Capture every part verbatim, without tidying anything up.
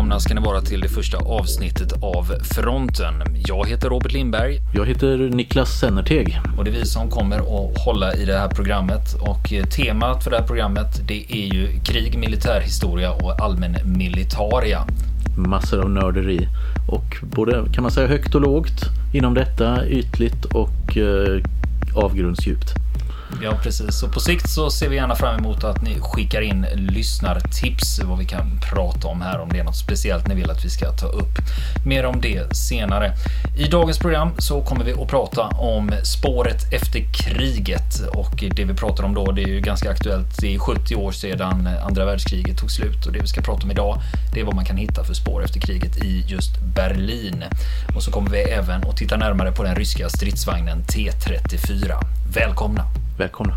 välkomna ska ni vara till det första avsnittet av Fronten. Jag heter Robert Lindberg. Jag heter Niklas Sennerteg. Och det är vi som kommer att hålla i det här programmet. Och temat för det här programmet, det är ju krig, militärhistoria och allmän militaria. Massor av nörderi. Och både, kan man säga, högt och lågt inom detta, ytligt och eh, avgrundsdjupt. Ja, precis. Och på sikt så ser vi gärna fram emot att ni skickar in lyssnartips vad vi kan prata om här, om det är något speciellt ni vill att vi ska ta upp. Mer om det senare. I dagens program så kommer vi att prata om spåret efter kriget, och det vi pratar om då, det är ju ganska aktuellt. Det är sjuttio år sedan andra världskriget tog slut, och det vi ska prata om idag, det är vad man kan hitta för spår efter kriget i just Berlin. Och så kommer vi även att titta närmare på den ryska stridsvagnen T trettiofyra. Välkomna! Välkomna.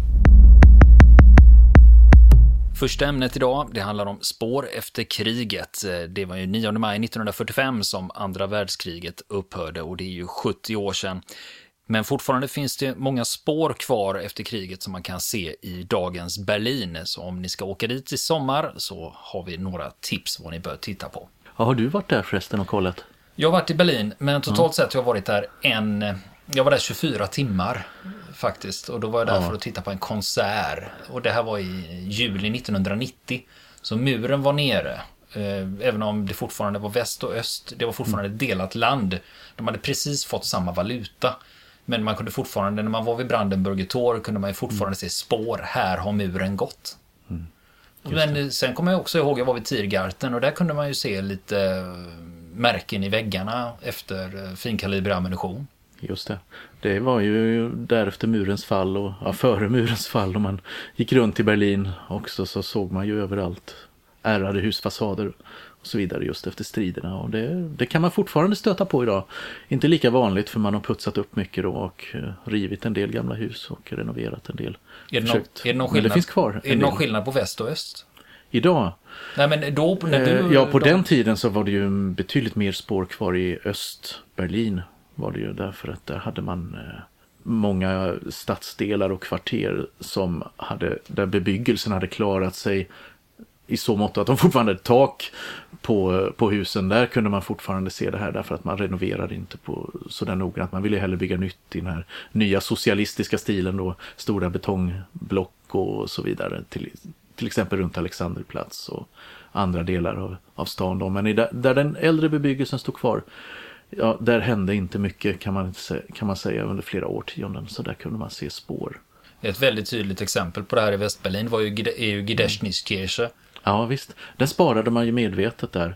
Första ämnet idag, det handlar om spår efter kriget. Det var ju nionde maj nittonhundrafyrtiofem som andra världskriget upphörde, och det är ju sjuttio år sedan. Men fortfarande finns det många spår kvar efter kriget som man kan se i dagens Berlin. Så om ni ska åka dit i sommar så har vi några tips vad ni bör titta på. Ja, har du varit där förresten och kollat? Jag har varit i Berlin, men totalt mm. sett har jag varit där en... Jag var där tjugofyra timmar faktiskt, och då var jag där ja. för att titta på en konsert, och det här var i juli nittonhundranittio, så muren var nere, eh, även om det fortfarande var väst och öst, det var fortfarande ett delat land. De hade precis fått samma valuta, men man kunde fortfarande, när man var vid Brandenburger Tor, kunde man ju fortfarande mm. se spår, här har muren gått. Mm. Men sen kommer jag också ihåg, jag var vid Tiergarten, och där kunde man ju se lite märken i väggarna efter finkalibrig ammunition. Just det. Det var ju där efter murens fall och ja, före murens fall, och man gick runt i Berlin också, så såg man ju överallt ärrade husfasader och så vidare just efter striderna, och det, det kan man fortfarande stöta på idag. Inte lika vanligt, för man har putsat upp mycket då och rivit en del gamla hus och renoverat en del. Är det, någon, är det någon skillnad, men det finns kvar. Är det någon skillnad på väst och öst? Idag? Nej, men då, när du, ja, på då... den tiden så var det ju betydligt mer spår kvar i Öst-Berlin. Var det ju, därför att där hade man eh, många stadsdelar och kvarter som hade, där bebyggelsen hade klarat sig i så mått att de fortfarande hade tak på, på husen. Där kunde man fortfarande se det här, därför att man renoverade inte på sådär noggrant. Man ville hellre bygga nytt i den här nya socialistiska stilen då, stora betongblock och så vidare, till, till exempel runt Alexanderplatz och andra delar av, av stan då. Men i där, där den äldre bebyggelsen stod kvar, ja, där hände inte mycket, kan man, kan man säga, under flera årtionden. Så där kunde man se spår. Ett väldigt tydligt exempel på det här i Västberlin var ju, är ju Gedächtniskirche. Ja, visst. Den sparade man ju medvetet där.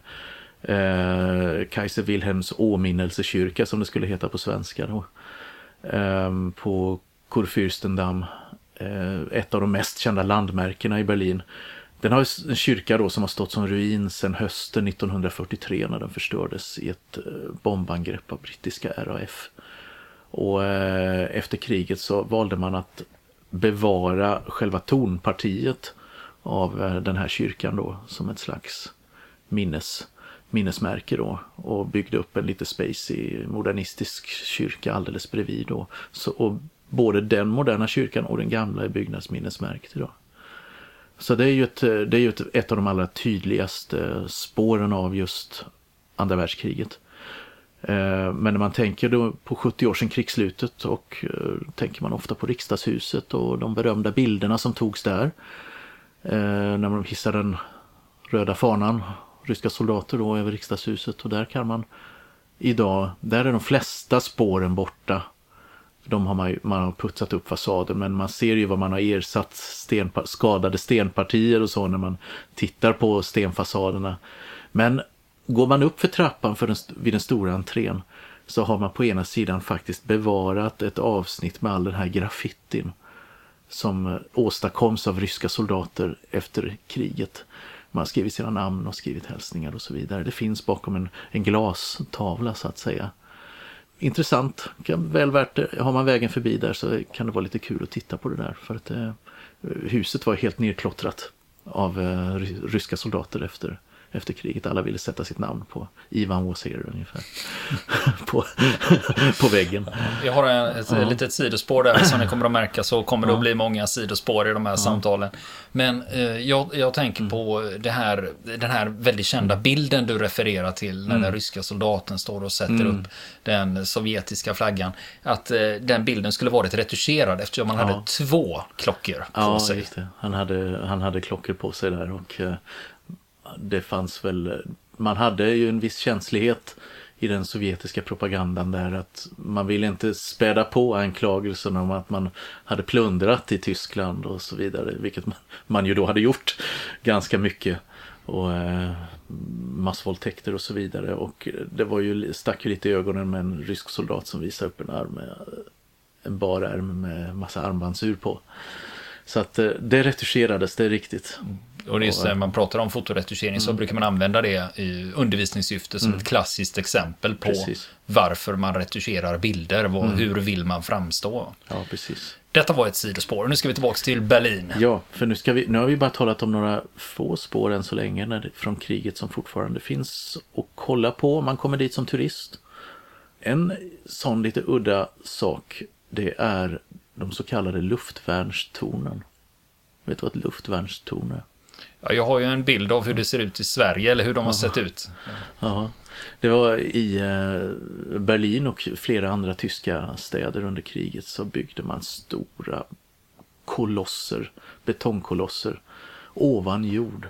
Eh, Kaiser Wilhelms åminnelsekyrka, som det skulle heta på svenska då. Eh, på Kurfürstendamm. Eh, ett av de mest kända landmärkena i Berlin. Den har en kyrka då som har stått som ruin sedan hösten nittonhundrafyrtiotre, när den förstördes i ett bombangrepp av brittiska R A F. Och eh, efter kriget så valde man att bevara själva tornpartiet av eh, den här kyrkan då som ett slags minnes, minnesmärke då, och byggde upp en lite spacey modernistisk kyrka alldeles bredvid då. Så, och både den moderna kyrkan och den gamla är byggnadsminnesmärket idag. Så det är ju, ett, det är ju ett, ett av de allra tydligaste spåren av just andra världskriget. Eh, men när man tänker då på sjuttio år sedan krigsslutet, och eh, tänker man ofta på riksdagshuset och de berömda bilderna som togs där. Eh, när man hissade den röda fanan, ryska soldater då, över riksdagshuset. Och där kan man idag, där är de flesta spåren borta. De har man, man har putsat upp fasaden, men man ser ju vad man har ersatt stenpa- skadade stenpartier och så när man tittar på stenfasaderna. Men går man upp för trappan för den, vid den stora entrén, så har man på ena sidan faktiskt bevarat ett avsnitt med all den här graffitin som åstadkoms av ryska soldater efter kriget. Man har skrivit sina namn och skrivit hälsningar och så vidare. Det finns bakom en, en glastavla så att säga. Intressant, kan väl värt det. Har man vägen förbi där så kan det vara lite kul att titta på det där, för att eh, huset var helt nedklottrat av eh, ryska soldater efter efter kriget. Alla ville sätta sitt namn på Ivan was here ungefär. på, på väggen. Jag har ett ja. litet sidospår där, som ni kommer att märka så kommer det ja. att bli många sidospår i de här ja. samtalen. Men eh, jag, jag tänker mm. på det här, den här väldigt kända bilden du refererar till när mm. den ryska soldaten står och sätter mm. upp den sovjetiska flaggan. Att eh, den bilden skulle varit retuscherad eftersom man ja. hade två klockor på ja, sig. Just det. Han hade, han hade klockor på sig där och eh, det fanns väl, man hade ju en viss känslighet i den sovjetiska propagandan där att man ville inte späda på anklagelsen om att man hade plundrat i Tyskland och så vidare, vilket man, man ju då hade gjort ganska mycket och eh, massvåldtäkter och så vidare, och det var ju, stack ju lite i ögonen med en rysk soldat som visade upp en arm med, en bar arm med massa armbandsur på. Så att eh, det retuscherades, det är riktigt. Och det är så, man pratar om fotoretuschering mm. så brukar man använda det i undervisningssyfte som mm. ett klassiskt exempel på precis. varför man retuscherar bilder. Vad, mm. Hur vill man framstå? Ja, precis. Detta var ett sidospår. Nu ska vi tillbaka till Berlin. Ja, för nu, ska vi, nu har vi bara talat om några få spår än så länge när det, från kriget som fortfarande finns att kolla på om man kommer dit som turist. En sån lite udda sak, det är de så kallade luftvärnstornen. Vet du vad ett luftvärnstorn är? Ja, jag har ju en bild av hur det ser ut i Sverige eller hur de har ja. sett ut. Ja, det var i Berlin och flera andra tyska städer under kriget så byggde man stora kolosser, betongkolosser ovan jord.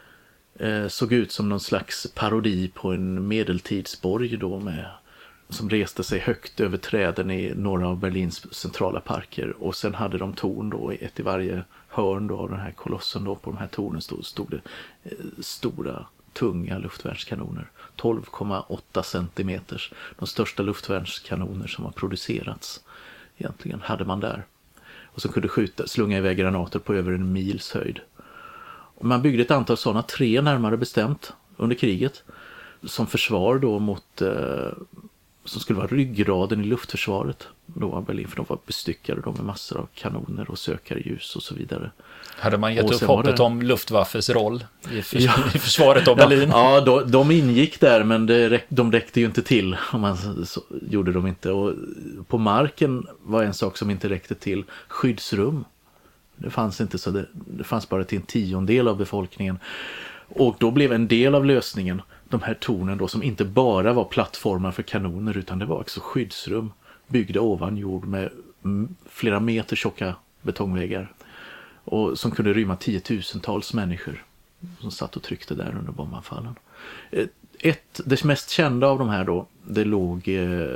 Såg ut som någon slags parodi på en medeltidsborg då med, som reste sig högt över träden i några av Berlins centrala parker, och sen hade de torn då, ett i varje hörn då av den här kolossen då. På de här tornen stod, stod det eh, stora tunga luftvärnskanoner, tolv komma åtta centimeters, de största luftvärnskanoner som har producerats egentligen hade man där, och så kunde skjuta, slunga iväg granater på över en mils höjd. Och man byggde ett antal sådana, tre närmare bestämt under kriget, som försvar då mot eh, som skulle vara ryggraden i luftförsvaret då av Berlin, för de var bestyckade då med massor av kanoner och sökarljus och så vidare. Hade man gett upp hoppet det... om Luftwaffes roll i, för... ja. i försvaret av Berlin? Ja, ja de, de ingick där, men det räck, de räckte ju inte till, om man så, gjorde de inte. Och på marken var en sak som inte räckte till, skyddsrum. Det fanns inte, så det, det fanns bara till en tiondel av befolkningen. Och då blev en del av lösningen de här tornen då, som inte bara var plattformar för kanoner, utan det var också skyddsrum byggda ovan jord med flera meter tjocka betongväggar, och som kunde rymma tiotusentals människor som satt och tryckte där under bombanfallen. Ett, det mest kända av de här då, det låg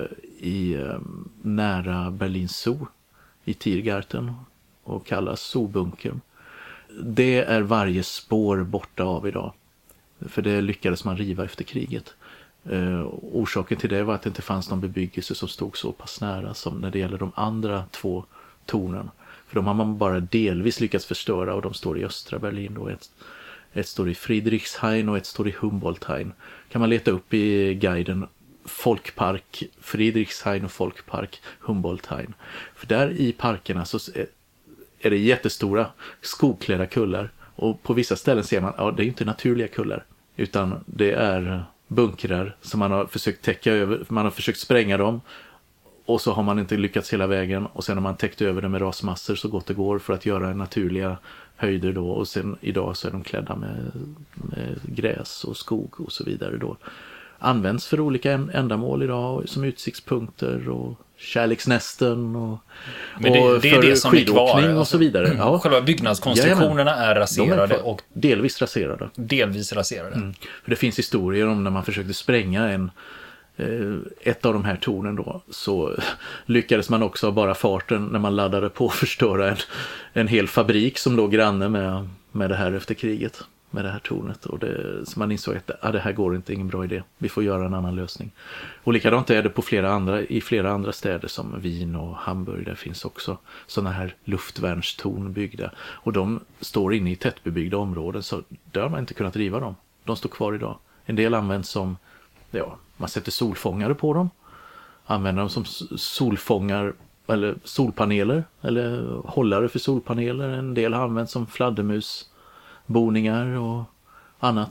i nära Berlins zoo i Tiergarten och kallas zoobunkern. Det är varje spår borta av idag, för det lyckades man riva efter kriget. Eh, orsaken till det var att det inte fanns någon bebyggelse som stod så pass nära som när det gäller de andra två tornen. För de har man bara delvis lyckats förstöra, och de står i östra Berlin då. Ett, ett står i Friedrichshain och ett står i Humboldthain. Kan man leta upp i guiden Folkpark Friedrichshain och Folkpark Humboldthain. För där i parkerna så är det jättestora skogklädda kullar, och på vissa ställen ser man, ja, det är inte naturliga kullar, utan det är bunkrar som man har försökt täcka över, man har försökt spränga dem, och så har man inte lyckats hela vägen, och sen har man täckt över det med rasmassor så gott det går för att göra naturliga höjder då, och sen idag så är de klädda med, med gräs och skog och så vidare då. Används för olika ändamål idag, som utsiktspunkter och kärleksnästen och, men det, och det är det som är kvar och så vidare. Ja. Själva byggnadskonstruktionerna ja, är raserade är och delvis raserade. Delvis raserade. Mm. För det finns historier om när man försökte spränga en eh, ett av de här tornen då, så lyckades man också av bara farten när man laddade på förstöra en, en hel fabrik som låg granne med, med det här efter kriget, med det här tornet, och det, så man insåg att ah, det här går inte, ingen bra idé, vi får göra en annan lösning. Och likadant är det på flera andra, i flera andra städer som Wien och Hamburg, där finns också sådana här luftvärnstorn byggda, och de står inne i tättbebyggda områden, så där har man inte kunnat riva dem, de står kvar idag. En del används som, ja, man sätter solfångare på dem, använder dem som solfångar eller solpaneler eller hållare för solpaneler, en del har använts som fladdermus boningar och annat.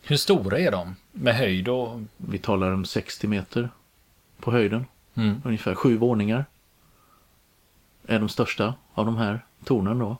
Hur stora är de med höjd och... Vi talar om sextio meter på höjden. Mm. Ungefär sju våningar är de största av de här tornen då.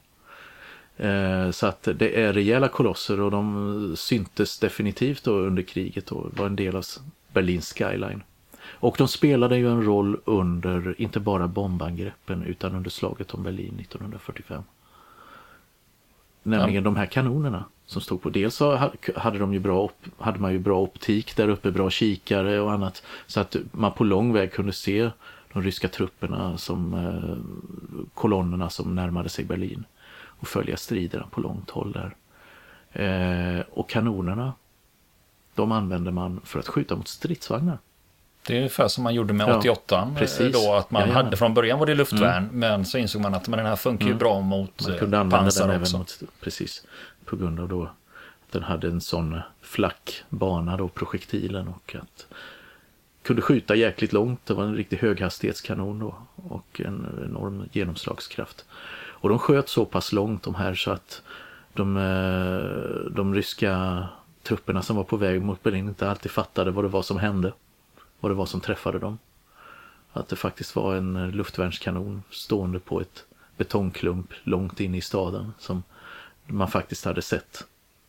Eh, så att det är rejäla kolosser och de syntes definitivt då under kriget och var en del av Berlins skyline. Och de spelade ju en roll under inte bara bombangreppen utan under slaget om Berlin nittonhundrafyrtiofem. Nämligen ja. De här kanonerna som stod på. Dels så hade, de ju bra, hade man ju bra optik där uppe, bra kikare och annat. Så att man på lång väg kunde se de ryska trupperna som eh, kolonnerna som närmade sig Berlin. Och följa striderna på långt håll där. Eh, och kanonerna, de använde man för att skjuta mot stridsvagnar. Det är ungefär som man gjorde med ja, åttioåtta. Precis. Då att man ja, ja. hade, från början var det luftvärn, mm. men så insåg man att men den här funkar ju mm. bra mot man kunde använda pansar den också. Även mot, precis, på grund av då att den hade en sån flack bana då, projektilen, och att kunde skjuta jäkligt långt. Det var en riktig höghastighetskanon då, och en enorm genomslagskraft. Och de sköt så pass långt de här så att de, de ryska trupperna som var på väg mot Berlin inte alltid fattade vad det var som hände. Vad det var som träffade dem. Att det faktiskt var en luftvärnskanon stående på ett betongklump långt in i staden som man faktiskt hade sett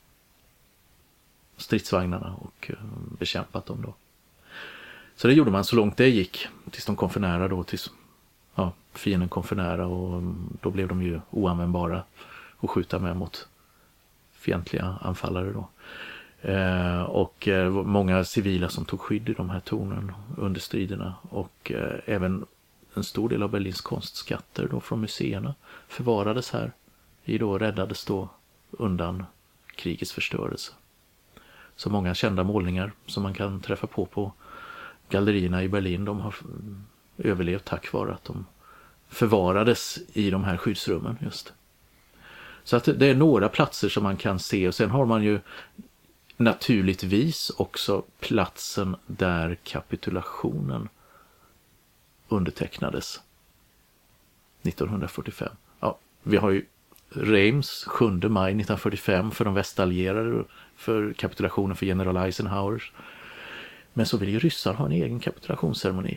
stridsvagnarna och bekämpat dem då. Så det gjorde man så långt det gick tills de kom för nära då, tills ja, fienden kom för nära och då blev de ju oanvändbara att skjuta med mot fientliga anfallare då. Eh, och eh, många civila som tog skydd i de här tornen under striderna och eh, även en stor del av Berlins konstskatter då från museerna förvarades här i då räddades då undan krigets förstörelse. Så många kända målningar som man kan träffa på på gallerierna i Berlin, de har överlevt tack vare att de förvarades i de här skyddsrummen just. Så att det är några platser som man kan se, och sen har man ju naturligtvis också platsen där kapitulationen undertecknades nittonhundrafyrtiofem. Ja, vi har ju Reims sjunde maj nittonhundrafyrtiofem för de västallierade, för kapitulationen för general Eisenhower. Men så vill ju ryssar ha en egen kapitulationsceremoni.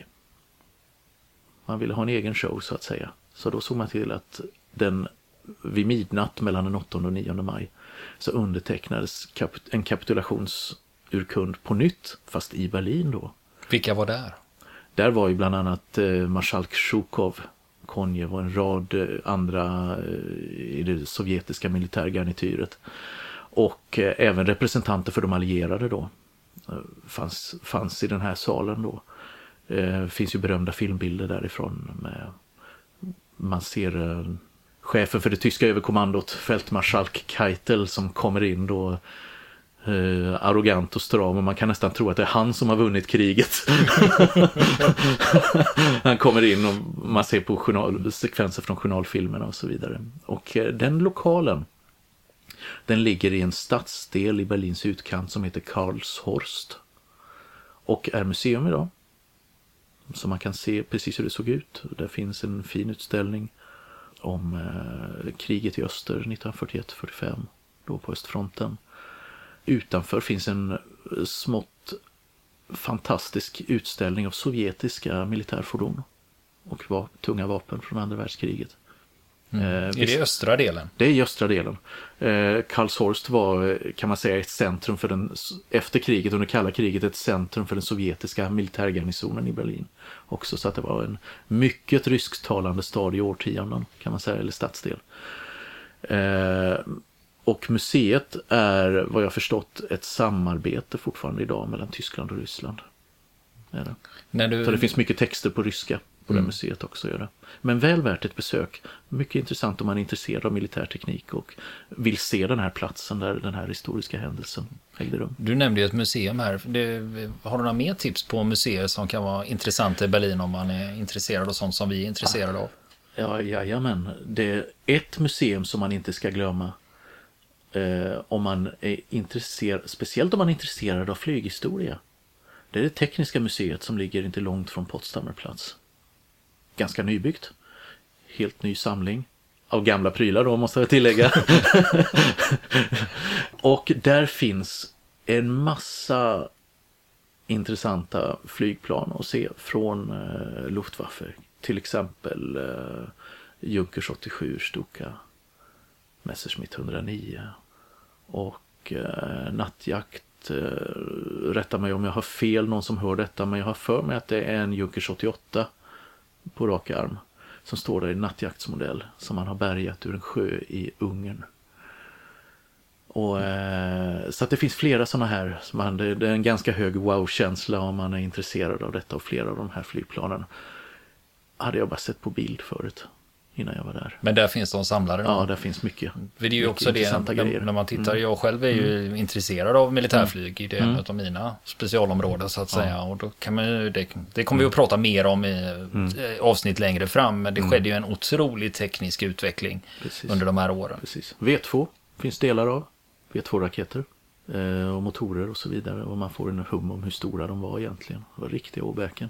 Man ville ha en egen show så att säga. Så då såg man till att den vid midnatt mellan den åttonde och nionde maj så undertecknades kap- en kapitulationsurkund på nytt, fast i Berlin då. Vilka var där? Där var ju bland annat eh, marskalk Zjukov, Konjev och en rad eh, andra eh, i det sovjetiska militärgarnityret. Och eh, även representanter för de allierade då eh, fanns, fanns i den här salen då. Eh, finns ju berömda filmbilder därifrån med, man ser eh, chefen för det tyska överkommandot, fältmarskalk Keitel, som kommer in då eh, arrogant och stram, och man kan nästan tro att det är han som har vunnit kriget. Han kommer in och man ser på journal, sekvenser från journalfilmerna och så vidare. Och eh, den lokalen, den ligger i en stadsdel i Berlins utkant som heter Karlshorst och är museum idag. Så man kan se precis hur det såg ut. Där finns en fin utställning om eh, kriget i öster nittonhundrafyrtioett fyrtiofem då på östfronten. Utanför finns en smått fantastisk utställning av sovjetiska militärfordon och va- tunga vapen från andra världskriget. Mm. Eh, är det östra delen? Det är i östra delen. Eh, Karlshorst var, kan man säga, ett centrum för den, efter kriget, under kalla kriget, ett centrum för den sovjetiska militärgarnisonen i Berlin. Också, så att det var en mycket rysktalande stad i årtionden, kan man säga, eller stadsdel. Eh, och museet är, vad jag förstått, ett samarbete fortfarande idag mellan Tyskland och Ryssland. Är det. När du... Så det finns mycket texter på ryska på mm. det museet också. Gör det. Men väl värt ett besök. Mycket intressant om man är intresserad av militärteknik och vill se den här platsen där den här historiska händelsen ägde rum. Du nämnde ju ett museum här. Det, har du några mer tips på museer som kan vara intressanta i Berlin om man är intresserad av sånt som vi är intresserade av? Ja, jajamän. Det är ett museum som man inte ska glömma. Eh, om man är intresserad, speciellt om man är intresserad av flyghistoria. Det är det tekniska museet som ligger inte långt från Potsdamer plats. Ganska nybyggt. Helt ny samling. Av gamla prylar då, måste jag tillägga. Och där finns en massa intressanta flygplan att se från eh, Luftwaffe. Till exempel eh, Junkers åttiosju, Stuka, Messerschmitt hundraonio och eh, nattjakt. Eh, rätta mig om jag har fel, någon som hör detta, men jag har för mig att det är en Junkers åttioåtta på rak arm som står där i nattjaktsmodell som man har bärgat ur en sjö i Ungern. Och, eh, så att det finns flera sådana här, som man, det, det är en ganska hög wow-känsla om man är intresserad av detta, och flera av de här flygplanen hade jag bara sett på bild förut innan jag var där. Men där finns de samlade då? Ja, där finns mycket. Det är ju också det, när, när man tittar, mm. jag själv är ju mm. intresserad av militärflyg, mm. det är en av mina specialområden så att ja. säga, och då kan man ju, det, det kommer vi att prata mer om i mm. avsnitt längre fram, men det mm. skedde ju en otrolig teknisk utveckling Precis. under de här åren. Precis. V två finns delar av, V två-raketer eh, och motorer och så vidare, och man får en hum om hur stora de var egentligen. Det var riktiga åbäken.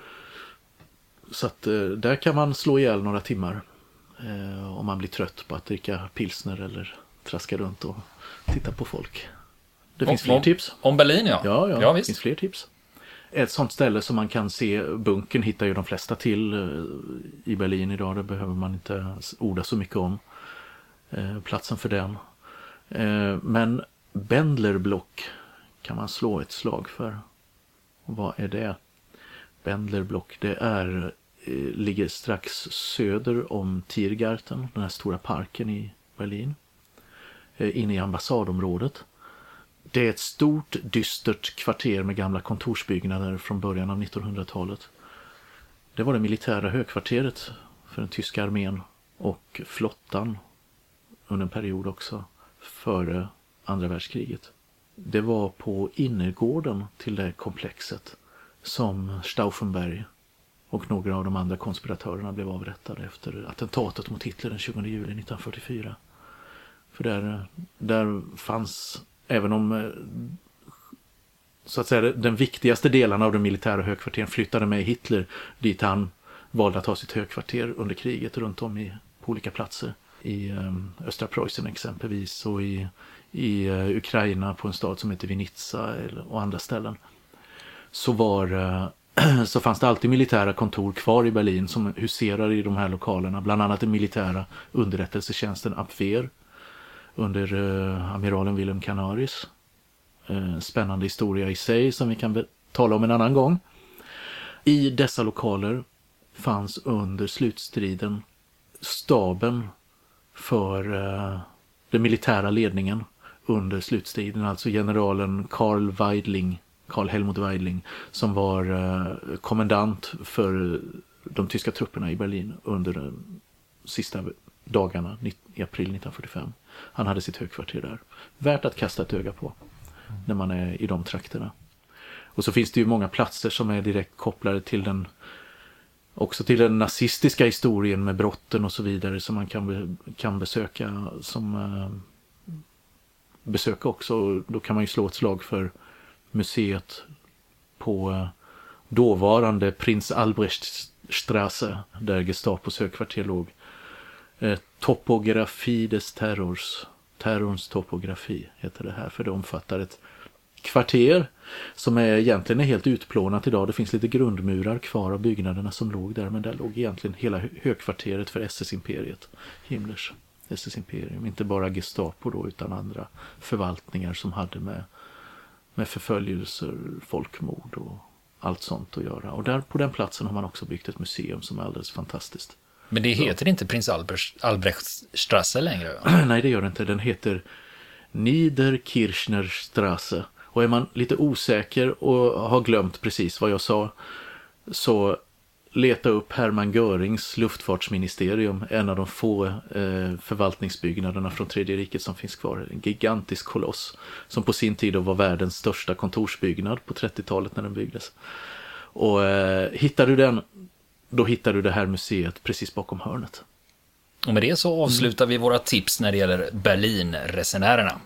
Så att eh, där kan man slå ihjäl några timmar eh, om man blir trött på att dricka pilsner eller traska runt och titta på folk. Det om, finns fler om, tips. Om Berlin, ja. Ja, ja, ja det finns fler tips. Ett sånt ställe som man kan se, bunkern hittar ju de flesta till eh, i Berlin idag. Det behöver man inte orda så mycket om. Eh, platsen för den. Eh, men Bendlerblock kan man slå ett slag för. Och vad är det? Bendlerblock, det är, eh, ligger strax söder om Tiergarten, den här stora parken i Berlin, eh, inne i ambassadområdet. Det är ett stort, dystert kvarter med gamla kontorsbyggnader från början av nittonhundratalet. Det var det militära högkvarteret för den tyska armén och flottan under en period också före andra världskriget. Det var på innergården till det komplexet som Stauffenberg och några av de andra konspiratörerna blev avrättade efter attentatet mot Hitler den tjugonde juli nittonhundrafyrtiofyra. För där, där fanns, även om så att säga den viktigaste delen av den militära högkvarteren flyttade med Hitler dit han valde att ha sitt högkvarter under kriget runt om i, på olika platser. I um, östra Preussen exempelvis, och i, i uh, Ukraina på en stad som heter Vinitsa och andra ställen. Så, var, uh, så fanns det alltid militära kontor kvar i Berlin som huserar i de här lokalerna. Bland annat den militära underrättelsetjänsten Abwehr under uh, amiralen Wilhelm Canaris. Uh, spännande historia i sig som vi kan be- tala om en annan gång. I dessa lokaler fanns under slutstriden staben för uh, den militära ledningen under slutstriden, alltså generalen Karl Weidling, Karl Helmut Weidling, som var uh, kommendant för de tyska trupperna i Berlin under de sista dagarna i april nittonhundrafyrtiofem. Han hade sitt högkvarter där. Värt att kasta ett öga på när man är i de trakterna. Och så finns det ju många platser som är direkt kopplade till den, också till den nazistiska historien med brotten och så vidare, som man kan, be, kan besöka som eh, besöka också. Då kan man ju slå ett slag för museet på eh, dåvarande Prins Albrechtstrasse, där Gestapos högkvarter låg. Eh, topografi des terrors. Terrorns topografi heter det här, för det omfattar ett kvarter som är, egentligen är helt utplånat idag. Det finns lite grundmurar kvar av byggnaderna som låg där, men där låg egentligen hela högkvarteret för S S-imperiet, Himmlers S S-imperium. Inte bara Gestapo då, utan andra förvaltningar som hade med, med förföljelser, folkmord och allt sånt att göra. Och där på den platsen har man också byggt ett museum som är alldeles fantastiskt. Men det heter Så. inte Prins Albrechtstrasse längre? Nej, det gör det inte. Den heter Niederkirchnerstrasse. Och är man lite osäker och har glömt precis vad jag sa, så leta upp Hermann Görings luftfartsministerium, en av de få eh, förvaltningsbyggnaderna från Tredje riket som finns kvar. En gigantisk koloss som på sin tid var världens största kontorsbyggnad på trettiotalet när den byggdes. Och eh, hittar du den, då hittar du det här museet precis bakom hörnet. Och med det så avslutar mm. vi våra tips när det gäller Berlinresenärerna.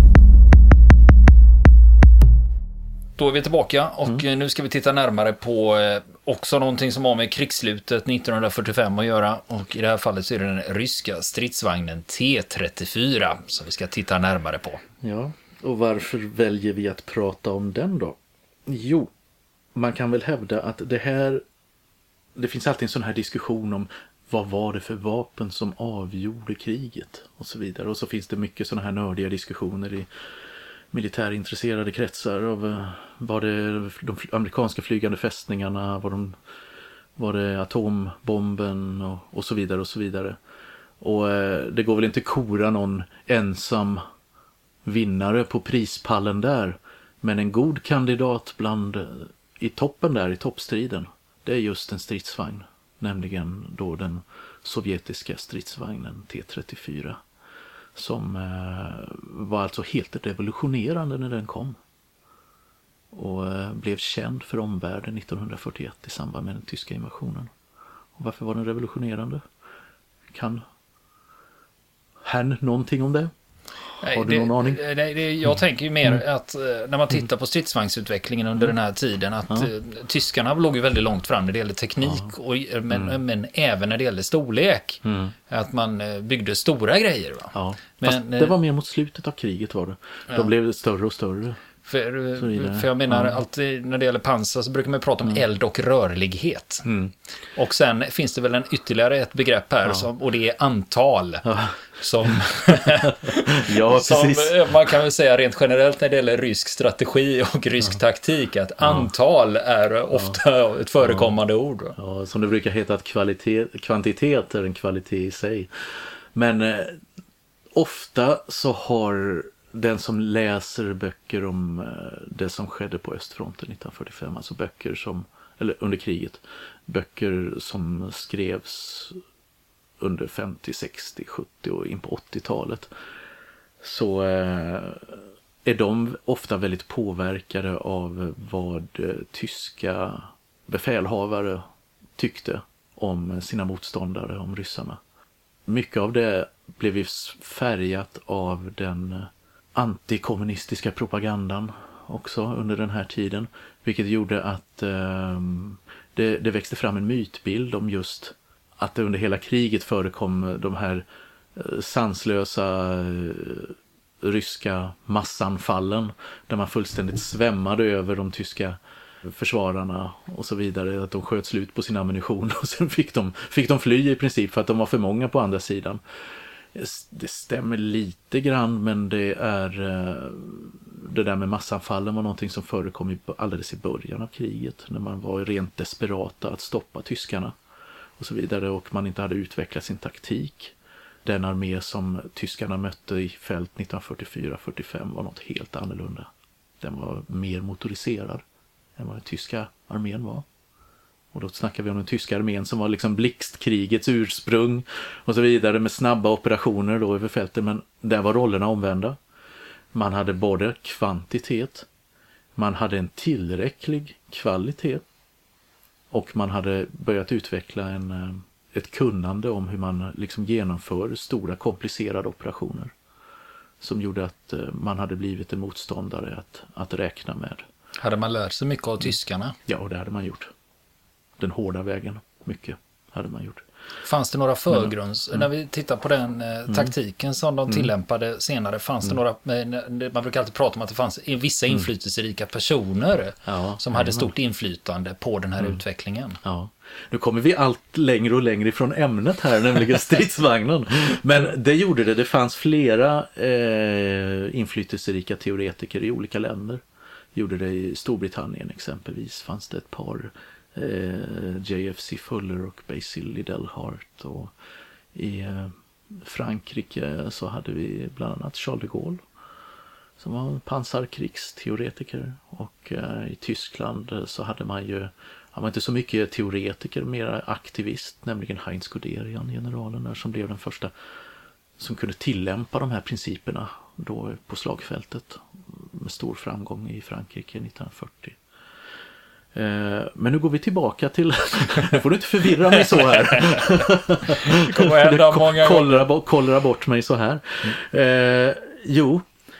Då är vi tillbaka och mm. nu ska vi titta närmare på också någonting som har med krigsslutet nittonhundrafyrtiofem att göra, och i det här fallet så är det den ryska stridsvagnen T trettiofyra som vi ska titta närmare på. Ja, Och varför väljer vi att prata om den då? Jo, man kan väl hävda att det här, det finns alltid en sån här diskussion om vad var det för vapen som avgjorde kriget och så vidare. Och så finns det mycket såna här nördiga diskussioner i militärintresserade kretsar av var det de amerikanska flygande fästningarna, var, de, var det atombomben och, och så vidare och så vidare. Och eh, det går väl inte kora någon ensam vinnare på prispallen där, men en god kandidat bland i toppen där, i toppstriden, det är just en stridsvagn, nämligen då den sovjetiska stridsvagnen T trettiofyra, som eh, var alltså helt revolutionerande när den kom och eh, blev känd för omvärlden nittonhundrafyrtioett i samband med den tyska invasionen. Och varför var den revolutionerande? Kan herrn någonting om det? Nej, Har du det, någon aning? Det, det, jag tänker ju mer mm. att när man tittar på stridsvagnsutvecklingen under mm. den här tiden, att ja. tyskarna låg ju väldigt långt fram när det gäller teknik, ja. och, men, mm. men även när det gäller storlek. Mm. Att man byggde stora grejer. Va? Ja. Men, Fast det var mer mot slutet av kriget var det. Då ja. blev det större och större. För, för jag menar, ja. alltid när det gäller pansar så brukar man prata om mm. eld och rörlighet. Mm. Och sen finns det väl en ytterligare ett begrepp här, ja. som, och det är antal. Ja. Som, ja, som man kan väl säga rent generellt när det gäller rysk strategi och rysk ja. taktik, att ja. antal är ofta ja. ett förekommande ja. ord. Ja, som det brukar heta, att kvalitet, kvantitet är en kvalitet i sig. Men eh, ofta så har den som läser böcker om eh, det som skedde på östfronten nittonhundrafyrtiofem, alltså böcker som, eller under kriget, böcker som skrevs under femtio, sextio, sjuttio och in på åttiotalet, så eh, är de ofta väldigt påverkade av vad eh, tyska befälhavare tyckte om sina motståndare, om ryssarna. Mycket av det blev ju färgat av den antikommunistiska propagandan också under den här tiden, vilket gjorde att eh, det, det växte fram en mytbild om just att det under hela kriget förekom de här eh, sanslösa eh, ryska massanfallen där man fullständigt svämmade över de tyska försvararna och så vidare, att de sköt slut på sin ammunition och sen fick de, fick de fly i princip för att de var för många på andra sidan. Det stämmer lite grann, men det är det där med massanfallen var någonting som förekom i, alldeles i början av kriget, när man var rent desperata att stoppa tyskarna och så vidare, och man inte hade utvecklat sin taktik. Den armé som tyskarna mötte i fält nittonhundrafyrtiofyra fyrtiofem var något helt annorlunda. Den var mer motoriserad än vad den tyska armén var. Och då snackar vi om den tyska armén som var liksom blixtkrigets ursprung och så vidare, med snabba operationer då över fältet, men där var rollerna omvända. Man hade både kvantitet, man hade en tillräcklig kvalitet, och man hade börjat utveckla en, ett kunnande om hur man liksom genomför stora komplicerade operationer som gjorde att man hade blivit en motståndare att, att räkna med. Hade man lärt sig mycket av tyskarna? Ja, det hade man gjort. Den hårda vägen, mycket hade man gjort. Fanns det några förgrunds, mm. när vi tittar på den eh, taktiken som de mm. tillämpade senare, fanns mm. det några, eh, man brukar alltid prata om att det fanns vissa inflytelserika personer ja, som hade stort inflytande på den här mm. utvecklingen. Ja. Nu kommer vi allt längre och längre ifrån ämnet här, nämligen stridsvagnen. Men det gjorde det, det fanns flera eh, inflytelserika teoretiker i olika länder. Gjorde det i Storbritannien exempelvis, fanns det ett par eh, J F C Fuller och Basil Liddell Hart, och i eh, Frankrike så hade vi bland annat Charles de Gaulle som var en pansarkrigsteoretiker, och eh, i Tyskland så hade man ju, han var inte så mycket teoretiker, mer aktivist, nämligen Heinz Guderian, generalen där, som blev den första som kunde tillämpa de här principerna då på slagfältet med stor framgång i Frankrike nittonhundrafyrtio. Eh, men nu går vi tillbaka till, nu får du inte förvirra mig så här. Det kommer att hända många kollra, kollra bort mig så här. Eh, jo,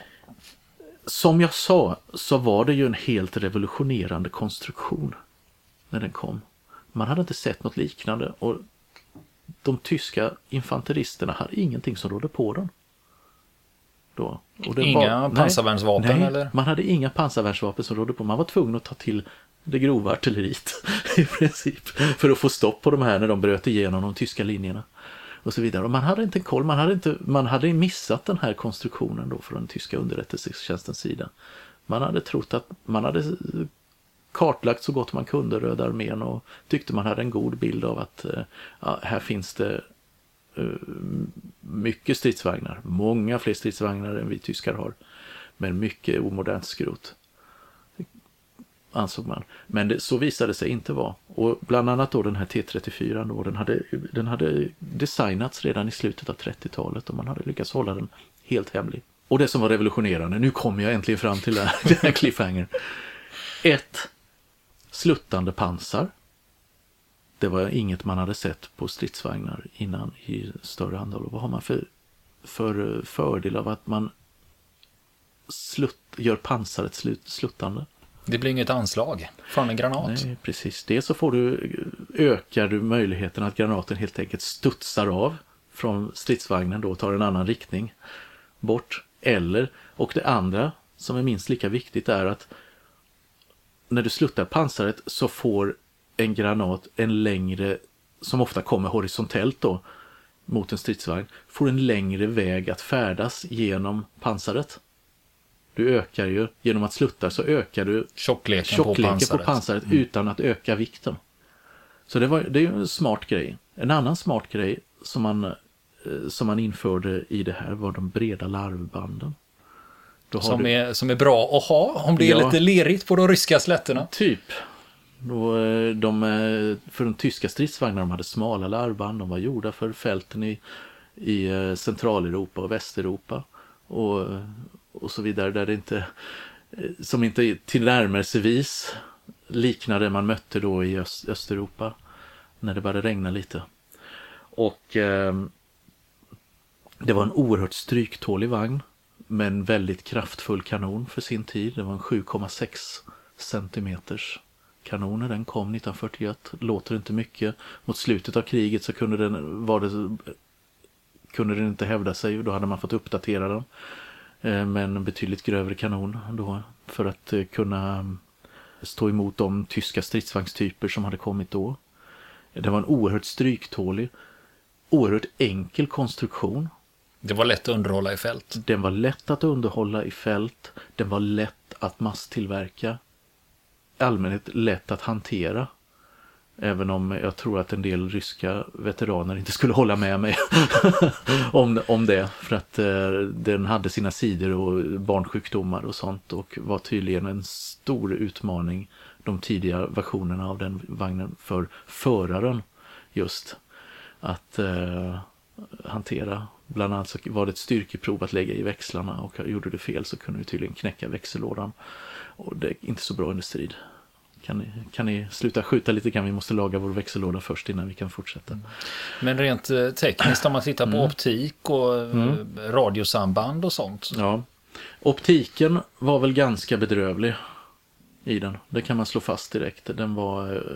som jag sa så var det ju en helt revolutionerande konstruktion när den kom. Man hade inte sett något liknande, och de tyska infanteristerna hade ingenting som rådde på den. då. Och det inga var, pansarvärnsvapen nej, nej, eller? Man hade inga pansarvärnsvapen som rådde på. Man var tvungen att ta till det grova artilleriet i princip för att få stopp på de här när de bröt igenom de tyska linjerna och så vidare. Och man hade inte en koll, man hade, inte, man hade missat den här konstruktionen då från den tyska underrättelsetjänstens sida. Man hade trott att man hade kartlagt så gott man kunde Röda armén och tyckte man hade en god bild av att ja, här finns det uh, mycket stridsvagnar, många fler stridsvagnar än vi tyskar har, men mycket omodernt skrot, ansåg man. Men det, så visade det sig inte vara. Och bland annat då den här T trettiofyra då, den hade, den hade designats redan i slutet av trettiotalet och man hade lyckats hålla den helt hemlig. Och det som var revolutionerande, nu kommer jag äntligen fram till den här, här cliffhanger. Ett sluttande pansar. Det var inget man hade sett på stridsvagnar innan i större antal. Vad har man för, för fördel av att man slutt, gör pansaret slut, sluttande? Det blir inget anslag från en granat. Nej, precis. Det så får du, ökar du möjligheten att granaten helt enkelt studsar av från stridsvagnen då och tar en annan riktning bort. Eller, och det andra som är minst lika viktigt är att när du sluttar pansaret så får en granat en längre, som ofta kommer horisontellt då mot en stridsvagn, får en längre väg att färdas genom pansaret. Du ökar ju, genom att slutta så ökar du tjockleken, tjockleken på pansaret, på pansaret mm. utan att öka vikten. Så det, var, det är ju en smart grej. En annan smart grej som man, som man införde i det här var de breda larvbanden. Då som, du... är, som är bra att ha om det är ja, lite lerigt på de ryska slätterna. Typ. Då, de, för de tyska stridsvagnarna de hade smala larvband. De var gjorda för fälten i, i Centraleuropa och Västeuropa. Och, och så vidare. Där det inte, som inte tillnärmelsevis liknade man mötte då i Öst, Östeuropa. När det började regna lite. Och eh, det var en oerhört stryktålig vagn. Med en väldigt kraftfull kanon för sin tid. Det var en sju komma sex centimeters kanon när den kom nittonhundrafyrtioett. Låter inte mycket. Mot slutet av kriget så kunde den, var det, kunde den inte hävda sig. Då hade man fått uppdatera den. Med en betydligt grövre kanon då. För att kunna stå emot de tyska stridsvagnstyper som hade kommit då. Det var en oerhört stryktålig, oerhört enkel konstruktion. Det var lätt att underhålla i fält. Den var lätt att underhålla i fält. Den var lätt att masstillverka. Allmänhet lätt att hantera. Även om jag tror att en del ryska veteraner inte skulle hålla med mig om, om det. För att eh, den hade sina sidor och barnsjukdomar och sånt. Och var tydligen en stor utmaning, de tidiga versionerna av den vagnen, för föraren just att eh, hantera. Bland annat så var det ett styrkeprov att lägga i växlarna och gjorde det fel så kunde du tydligen knäcka växellådan. Och det är inte så bra under strid. Kan ni, kan ni sluta skjuta lite grann? Vi måste laga vår växellåda först innan vi kan fortsätta. Men rent tekniskt om man tittar på mm. optik och mm. radiosamband och sånt. Ja, optiken var väl ganska bedrövlig i den. Det kan man slå fast direkt. Den var eh,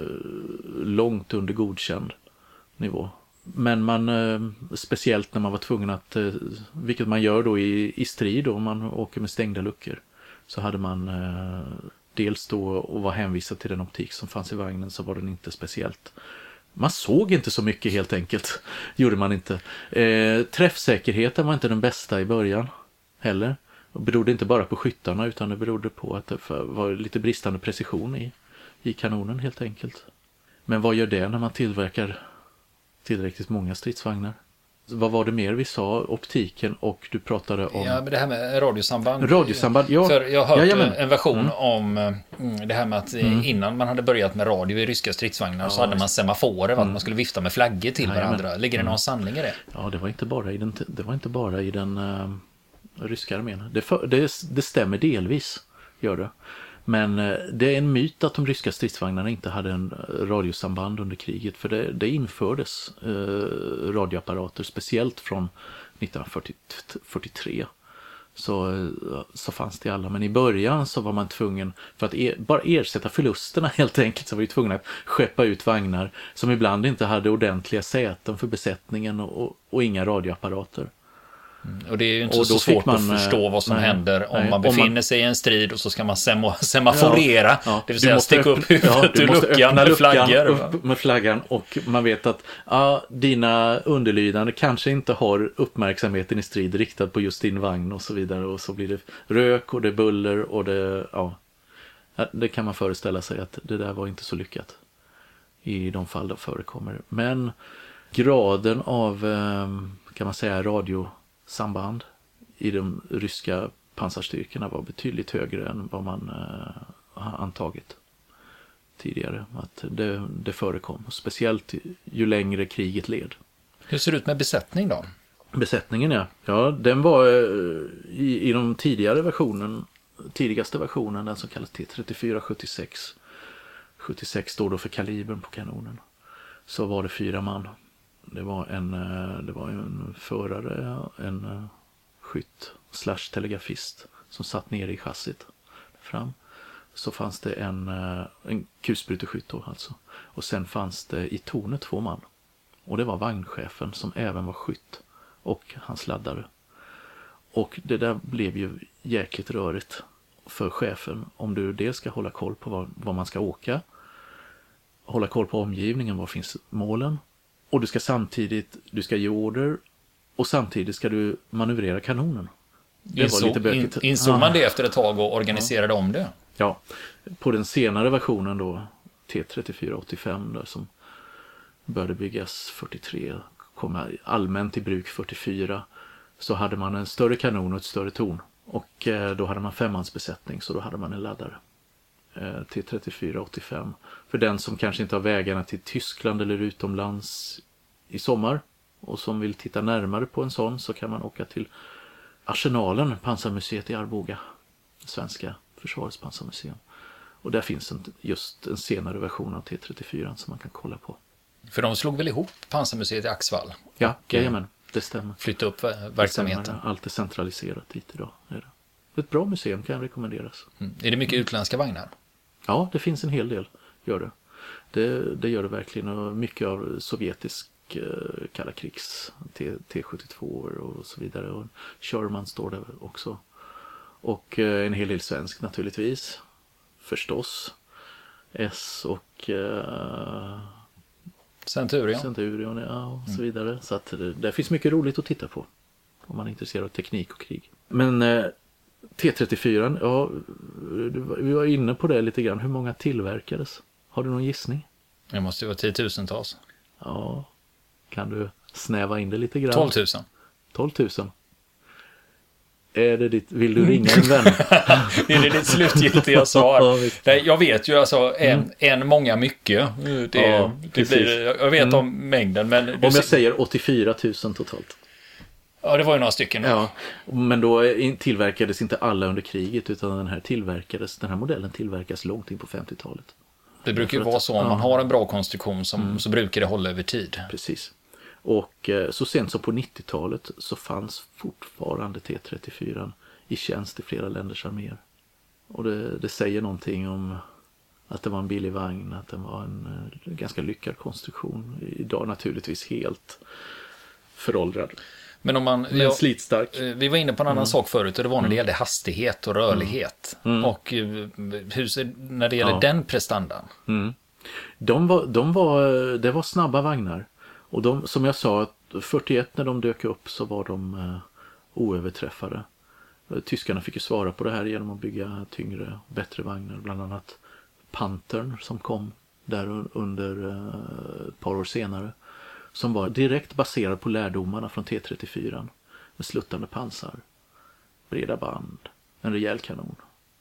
långt under godkänd nivå. Men man, speciellt när man var tvungen att, vilket man gör då i, i strid då, om man åker med stängda luckor, så hade man dels då och var hänvisad till den optik som fanns i vagnen, så var den inte speciellt. Man såg inte så mycket helt enkelt, gjorde man inte. Eh, träffsäkerheten var inte den bästa i början heller. Det berodde inte bara på skyttarna utan det berodde på att det var lite bristande precision i, i kanonen helt enkelt. Men vad gör det när man tillverkar tillräckligt många stridsvagnar? Vad var det mer vi sa? Optiken och du pratade om... Ja, men det här med radiosamband. Radiosamband, ja. För jag har hört Jajamän. en version mm. om mm, det här med att mm. innan man hade börjat med radio i ryska stridsvagnar ja, så hade man semaforer, mm. att man skulle vifta med flaggor till Jajamän. varandra. Ligger det någon mm. sanning i det? Ja, det var inte bara i den, det var inte bara i den uh, ryska armén. Det, för, det, det stämmer delvis, gör det. Men det är en myt att de ryska stridsvagnarna inte hade en radiosamband under kriget, för det, det infördes eh, radioapparater speciellt från nittonhundrafyrtiotre. Så, så fanns det alla, men i början så var man tvungen, för att er, bara ersätta förlusterna helt enkelt, så var vi tvungna att skeppa ut vagnar som ibland inte hade ordentliga säten för besättningen och, och, och inga radioapparater. Och det är ju inte så svårt man, att förstå vad som nej, händer om nej, man befinner om man, sig i en strid och så ska man sema, semaforera, ja, ja, det vill säga sticka upp huvudet ja, ur luckan med flaggan. Upp med flaggan och man vet att ja, dina underlydande kanske inte har uppmärksamheten i strid riktad på just din vagn och så vidare, och så blir det rök och det buller och det, ja, det kan man föreställa sig att det där var inte så lyckat i de fall det förekommer. Men graden av, kan man säga, radiosamband i de ryska pansarstyrkorna var betydligt högre än vad man uh, har antagit tidigare. Att det, det förekom, speciellt ju längre kriget led. Hur ser det ut med besättning då? Besättningen, ja. Ja, den var uh, i, i de tidigare versionen, tidigaste versionen, den som kallas T trettiofyra sjuttiosex. sjuttiosex står då för kalibern på kanonen. Så var det fyra man. Det var en, det var en förare, en skytt slash telegrafist som satt nere i chassit fram. Så fanns det en, en kulspruteskytt då alltså. Och sen fanns det i tornet två man. Och det var vagnchefen som även var skytt och hans laddare. Och det där blev ju jäkligt rörigt för chefen om du dels ska hålla koll på var, var man ska åka, hålla koll på omgivningen, var finns målen, och du ska samtidigt, du ska ge order och samtidigt ska du manövrera kanonen. Det insåg, var lite bökigt. In, insåg ah. man det efter ett tag och organiserade ja. om det? Ja, på den senare versionen då, T trettiofyra åttiofem där, som började byggas fyrtiotre, kom allmänt i bruk fyrtiofyra, så hade man en större kanon och ett större torn. Och eh, då hade man femmansbesättning, så då hade man en laddare. Eh, T trettiofyra åttiofem. För den som kanske inte har vägarna till Tyskland eller utomlands i sommar och som vill titta närmare på en sån, så kan man åka till Arsenalen, pansarmuseet i Arboga, svenska försvarets pansarmuseum. Och där finns en, just en senare version av T trettiofyra som man kan kolla på. För de slog väl ihop pansarmuseet i Axvall? Ja, jajamän, det stämmer. Flytta upp verksamheten. Det stämmer, allt är centraliserat dit idag. Är det. Ett bra museum kan rekommenderas. Mm. Är det mycket utländska vagnar? Ja, det finns en hel del, gör det. Det, det gör det verkligen, och mycket av sovjetisk eh, kalla krigs T sjuttiotvå och så vidare. Och Sherman står där också. Och eh, en hel del svensk naturligtvis. Förstås. S och eh, Centurion. Centurion, ja, och så vidare. Mm. Så att det, det finns mycket roligt att titta på om man är intresserad av teknik och krig. Men eh, T trettiofyra, ja, vi var inne på det lite grann. Hur många tillverkades? Har du någon gissning? Det måste ju vara tiotusentals. Ja, kan du snäva in det lite grann? tolv tusen. tolv tusen. Är det ditt, vill du ringa en vän? Är det ditt slutgiltiga svar? Jag vet ju alltså en, mm. en många mycket. Det, ja, det blir, jag vet om mm. mängden. Men om jag ser... säger åttiofyra tusen totalt. Ja, det var ju några stycken då. Ja, men då tillverkades inte alla under kriget, utan den här tillverkades, den här modellen tillverkas långt in på femtiotalet. Det brukar ju vara så, om ja. man har en bra konstruktion som, mm. så brukar det hålla över tid. Precis. Och så sent som på nittiotalet så fanns fortfarande T trettiofyra i tjänst i flera länders arméer. Och det, det säger någonting om att det var en billig vagn, att den var en, en ganska lyckad konstruktion. Idag naturligtvis helt föråldrad. Men om man, Men jag, slitstark. Vi var inne på en annan mm. sak förut, och det var när det gällde hastighet och rörlighet. Mm. Och hur, när det gäller ja. den prestandan. Mm. De var, de var, det var snabba vagnar. Och de, som jag sa, fyrtioett när de dök upp så var de eh, oöverträffade. Tyskarna fick ju svara på det här genom att bygga tyngre, bättre vagnar. Bland annat Panthern som kom där under eh, ett par år senare. Som var direkt baserad på lärdomarna från T trettiofyra. Med sluttande pansar, breda band, en rejäl kanon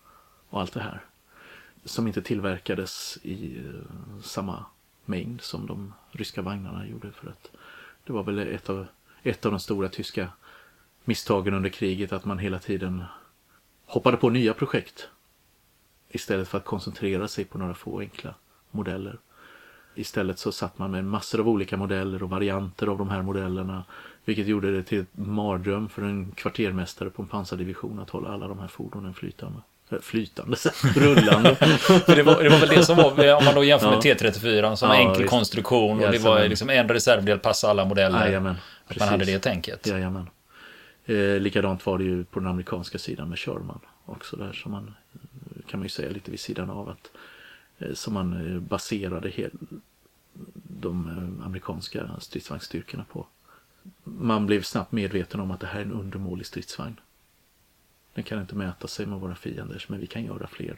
och allt det här. Som inte tillverkades i uh, samma mängd som de ryska vagnarna gjorde. För att det var väl ett av, ett av de stora tyska misstagen under kriget, att man hela tiden hoppade på nya projekt istället för att koncentrera sig på några få enkla modeller. Istället så satt man med massor av olika modeller och varianter av de här modellerna, vilket gjorde det till ett mardröm för en kvartermästare på en pansardivision att hålla alla de här fordonen flytande. Flytande, rullande. det, var, det var väl det som var, om man då jämför ja. med T trettiofyra som ja, en enkel visst. konstruktion, och yes, det var liksom en reservdel passa alla modeller. Jajamän, att man hade det tänket. Jajamän. Eh, likadant var det ju på den amerikanska sidan med Sherman också där, som man kan man ju säga lite vid sidan av att eh, som man eh, baserade hel, de eh, amerikanska stridsvagnsstyrkorna på. Man blev snabbt medveten om att det här är en undermålig stridsvagn. Den kan inte mäta sig med våra fiender, men vi kan göra fler.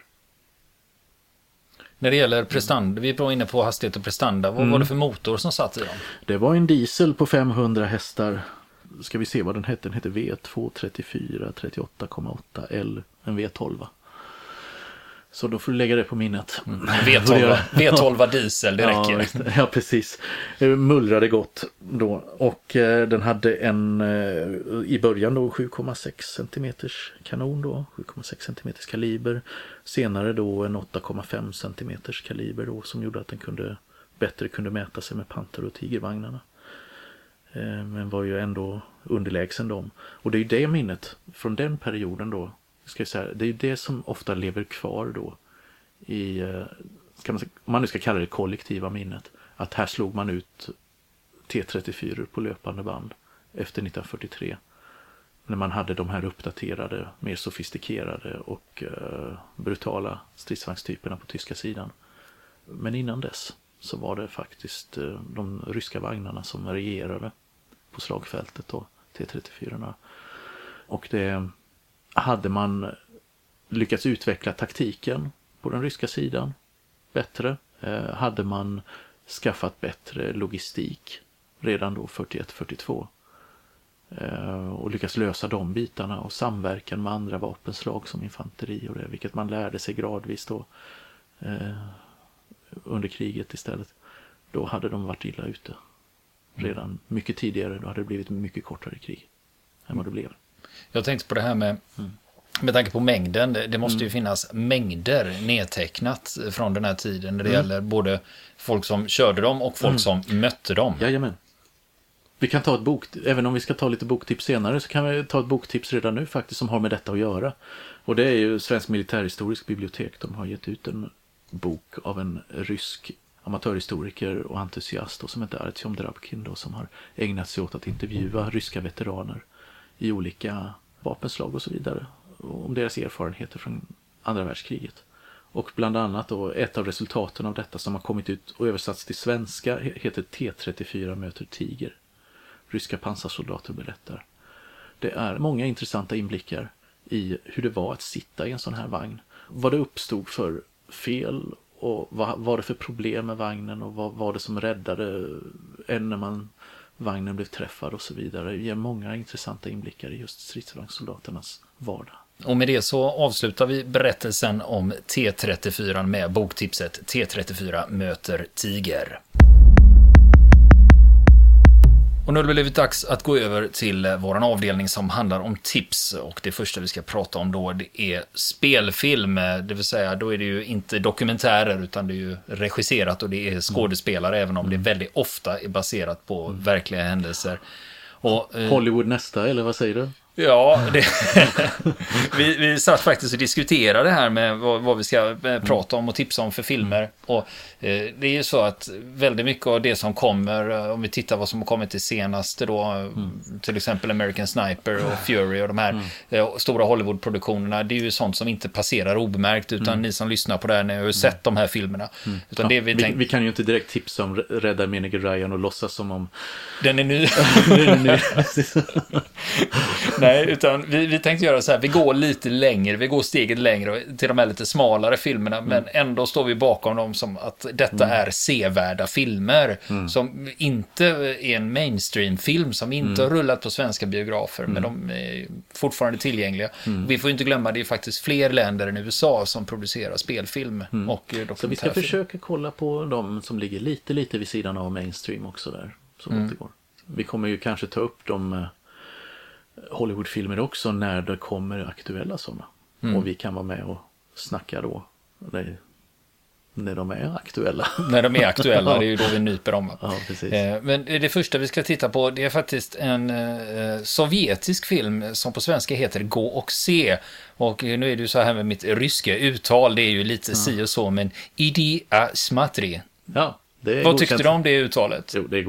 När det gäller prestanda, vi var inne på hastighet och prestanda. Vad mm. var det för motor som satt i dem? Det var en diesel på femhundra hästar. Ska vi se vad den hette? Den hette V två trettiofyra trettioåtta komma åtta L, en V tolv. Så då får du lägga det på minnet. Mm. V tolv, V tolv diesel, det räcker. Ja, ja, precis. Mullrade gott då. Och eh, den hade en eh, i början då sju komma sex centimeters kanon då. sju komma sex centimeters kaliber. Senare då en åtta komma fem centimeters kaliber då, som gjorde att den kunde bättre kunde mäta sig med Panther- och Tigervagnarna. Eh, men var ju ändå underlägsen dem. Och det är ju det minnet från den perioden då. Ska jag säga, det är ju det som ofta lever kvar då i, ska man, om man nu ska kalla det kollektiva minnet, att här slog man ut T trettiofyra på löpande band efter nittonhundrafyrtiotre, när man hade de här uppdaterade, mer sofistikerade och uh, brutala stridsvagnstyperna på tyska sidan. Men innan dess så var det faktiskt uh, de ryska vagnarna som regerade på slagfältet då, T trettiofyra. Och det hade man lyckats utveckla taktiken på den ryska sidan bättre, eh, hade man skaffat bättre logistik redan då fyrtioett fyrtiotvå eh, och lyckats lösa de bitarna och samverkan med andra vapenslag som infanteri och det, vilket man lärde sig gradvis då eh, under kriget istället. Då hade de varit illa ute redan mycket tidigare. Då hade det blivit mycket kortare krig än vad det blev. Jag tänkte på det här med, mm. med tanke på mängden, det måste mm. ju finnas mängder nedtecknat från den här tiden när det mm. gäller både folk som körde dem och folk mm. som mötte dem. Jajamän. Vi kan ta ett bok, även om vi ska ta lite boktips senare så kan vi ta ett boktips redan nu faktiskt som har med detta att göra. Och det är ju Svensk militärhistorisk bibliotek. De har gett ut en bok av en rysk amatörhistoriker och entusiast då, som heter Artyom Drabkin då, som har ägnat sig åt att intervjua ryska veteraner i olika vapenslag och så vidare, om deras erfarenheter från andra världskriget. Och bland annat då ett av resultaten av detta som har kommit ut och översatts till svenska heter T trettiofyra möter Tiger. Ryska pansarsoldater berättar. Det är många intressanta inblickar i hur det var att sitta i en sån här vagn. Vad det uppstod för fel och vad var det för problem med vagnen och vad var det som räddade en när man vagnen blev träffad och så vidare. Det ger många intressanta inblickar i just stridsvagnssoldaternas vardag. Och med det så avslutar vi berättelsen om T trettiofyra med boktipset T trettiofyra möter Tiger. Och nu har det blivit dags att gå över till våran avdelning som handlar om tips. Och det första vi ska prata om då, det är spelfilm. Det vill säga, då är det ju inte dokumentärer utan det är ju regisserat och det är skådespelare, mm. även om det väldigt ofta är baserat på mm. verkliga händelser. Och, eh, Hollywood nästa, eller vad säger du? Ja, det, vi, vi satt faktiskt och diskuterade här med vad, vad vi ska eh, prata om och tipsa om för filmer. Och eh, det är ju så att väldigt mycket av det som kommer, eh, om vi tittar vad som har kommit till senaste då, mm. till exempel American Sniper och Fury och de här mm. eh, stora Hollywood-produktionerna, det är ju sånt som inte passerar obemärkt, utan mm. ni som lyssnar på det här, ni har ju sett mm. de här filmerna. Mm. Utan ja, det vi, tänk... vi, vi kan ju inte direkt tipsa om Rädda Meneger Ryan och låtsas som om den är ny. den är ny. Nej, utan vi, vi tänkte göra så här, vi går lite längre, vi går steget längre till de här lite smalare filmerna, mm. men ändå står vi bakom dem som att detta mm. är sevärda filmer, mm. som inte är en mainstream-film, som inte mm. har rullat på svenska biografer, mm. men de är fortfarande tillgängliga. Mm. Vi får inte glömma, det är faktiskt fler länder än U S A som producerar spelfilm mm. och dokumentärfilm. Så vi ska försöka kolla på de som ligger lite, lite vid sidan av mainstream också där, så mm. gott det går. Vi kommer ju kanske ta upp de Hollywoodfilmer också när det kommer aktuella sådana. Mm. Och vi kan vara med och snacka då när, när de är aktuella. När de är aktuella, det är ju då vi nyper dem. Ja, precis. Eh, men det första vi ska titta på, det är faktiskt en eh, sovjetisk film som på svenska heter Gå och se. Och nu är det ju så här med mitt ryska uttal, det är ju lite ja. si och så, men Idi a smatri. Ja, det är Vad godkänt. tyckte du om det uttalet? Jo, det är godkänt.